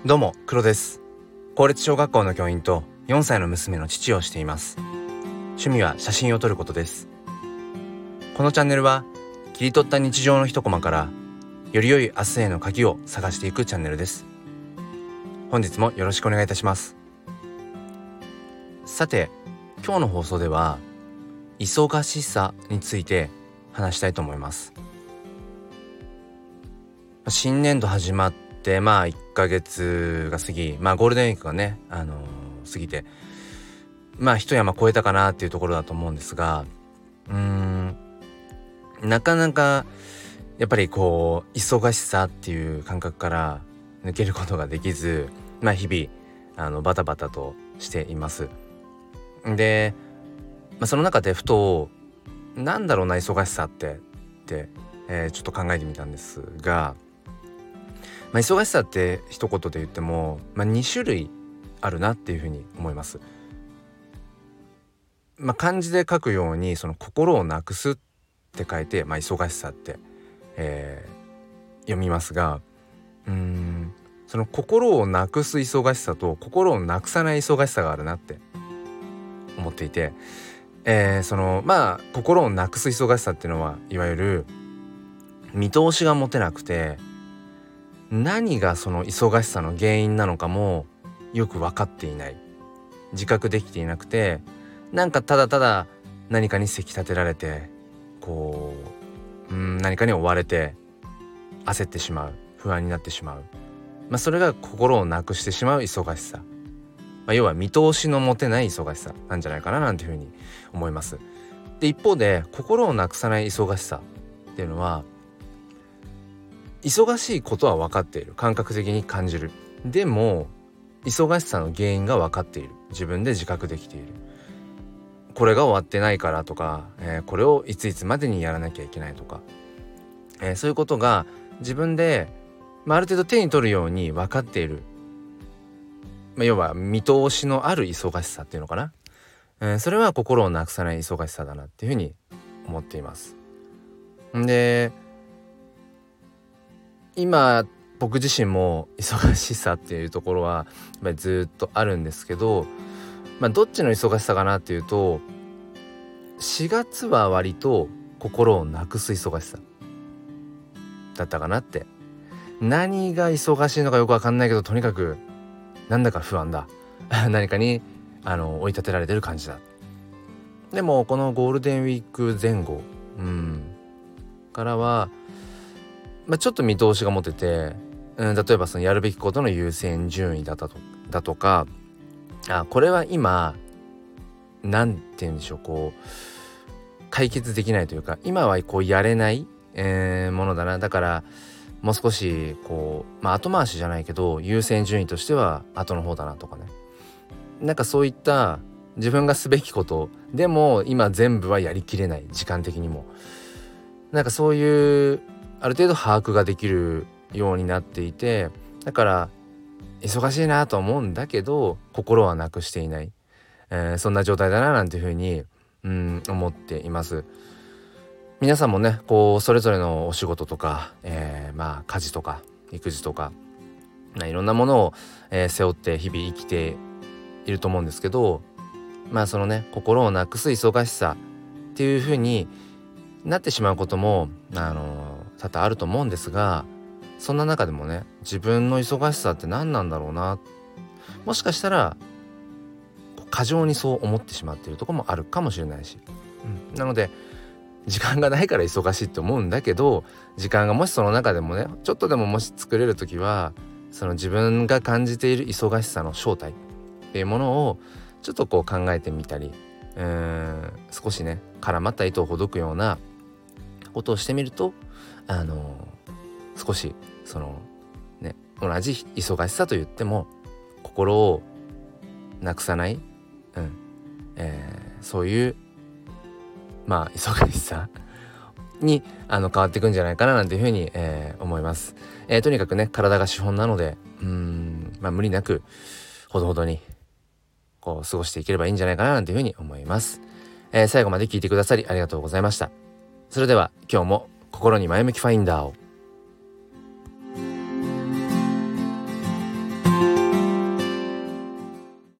どうも黒です。公立小学校の教員と4歳の娘の父をしています。趣味は写真を撮ることです。このチャンネルは切り取った日常の一コマからより良い明日への鍵を探していくチャンネルです。本日もよろしくお願いいたします。さて、今日の放送では忙しさについて話したいと思います。新年度始まって1ヶ月が過ぎ、ゴールデンウィークがね、過ぎて一山越えたかなっていうところだと思うんですが、なかなかやっぱり忙しさっていう感覚から抜けることができず、日々バタバタとしています。で、その中でふとなんだろうな忙しさって、ちょっと考えてみたんですが、忙しさって一言で言っても、2種類あるなっていうふうに思います。漢字で書くようにその心をなくすって書いて、忙しさって、読みますが、その心をなくす忙しさと心をなくさない忙しさがあるなって思っていて、心をなくす忙しさっていうのはいわゆる見通しが持てなくて、何がその忙しさの原因なのかもよく分かっていない、自覚できていなくて、ただただ何かにせき立てられて何かに追われて焦ってしまう、不安になってしまう、それが心をなくしてしまう忙しさ、要は見通しの持てない忙しさなんじゃないかななんていうふうに思います。で、一方で心をなくさない忙しさっていうのは、忙しいことは分かっている、感覚的に感じる、でも忙しさの原因が分かっている、自分で自覚できている、これが終わってないからとか、これをいついつまでにやらなきゃいけないとか、そういうことが自分で、ある程度手に取るように分かっている、要は見通しのある忙しさっていうのかな、それは心をなくさない忙しさだなっていうふうに思っています。で、今僕自身も忙しさっていうところはやっぱりずっとあるんですけど、どっちの忙しさかなっていうと、4月は割と心をなくす忙しさだったかなって。何が忙しいのかよくわかんないけど、とにかくなんだか不安だ何かに追い立てられてる感じだ。でもこのゴールデンウィーク前後からは、ちょっと見通しが持てて、例えばそのやるべきことの優先順位だとか、これは今なんて言うんでしょう、解決できないというか、今はやれない、ものだな、だからもう少し後回しじゃないけど優先順位としては後の方だなとかね、そういった自分がすべきことでも今全部はやりきれない、時間的にもそういうある程度把握ができるようになっていて、だから忙しいなと思うんだけど心はなくしていない、そんな状態だななんていうふうに思っています。皆さんもねそれぞれのお仕事とか、家事とか育児とか、いろんなものを、背負って日々生きていると思うんですけど、そのね心をなくす忙しさっていう風になってしまうことも多々あると思うんですが、そんな中でもね、自分の忙しさって何なんだろうな、もしかしたら過剰にそう思ってしまっているところもあるかもしれないし、なので時間がないから忙しいって思うんだけど、時間がもしその中でもねちょっとでももし作れるときは、その自分が感じている忙しさの正体っていうものをちょっと考えてみたり、少しね絡まった糸をほどくようなことをしてみると、少しそのね同じ忙しさと言っても心をなくさない、そういう忙しさに変わっていくんじゃないかななんていうふうに、思います。とにかくね体が資本なので、無理なくほどほどに過ごしていければいいんじゃないかななんていうふうに思います。最後まで聞いてくださりありがとうございました。それでは今日も心に前向きファインダーを。